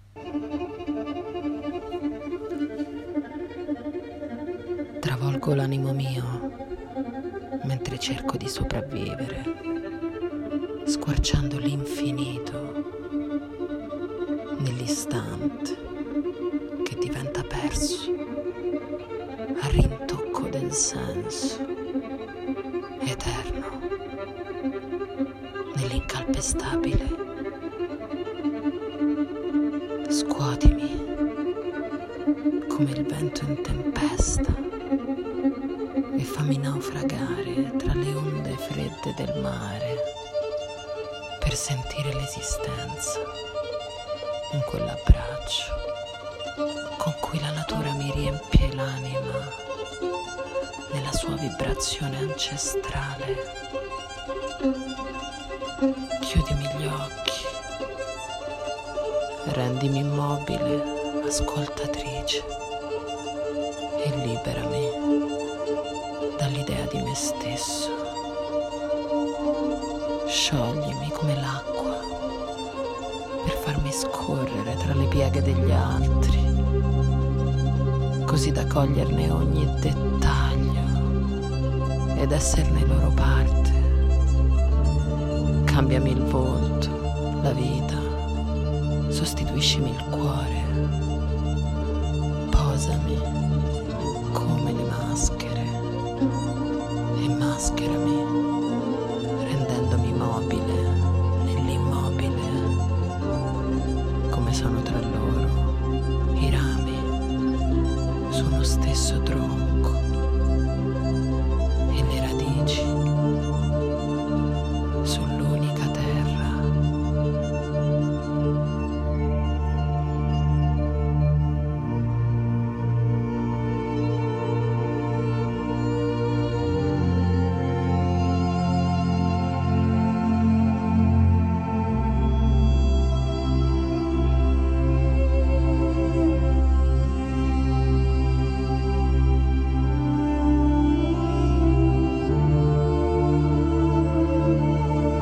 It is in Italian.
Travolgo l'animo mio mentre cerco di sopravvivere, squarciando l'infinito nell'istante che diventa perso al rintocco del senso eterno nell'incalpestabile. Scuotimi come il vento in tempesta e fammi naufragare tra le onde fredde del mare per sentire l'esistenza in quell'abbraccio con cui la natura mi riempie l'anima nella sua vibrazione ancestrale. Chiudimi gli occhi, rendimi immobile, ascoltatrice, e liberami dall'idea di me stesso. Scioglimi come l'acqua per farmi scorrere tra le pieghe degli altri, così da coglierne ogni dettaglio ed esserne loro parte. Cambiami il volto, la vita, sostituiscimi il cuore, posami come le maschere e mascherami, rendendomi mobile nell'immobile, come sono tra loro i rami su uno stesso tronco.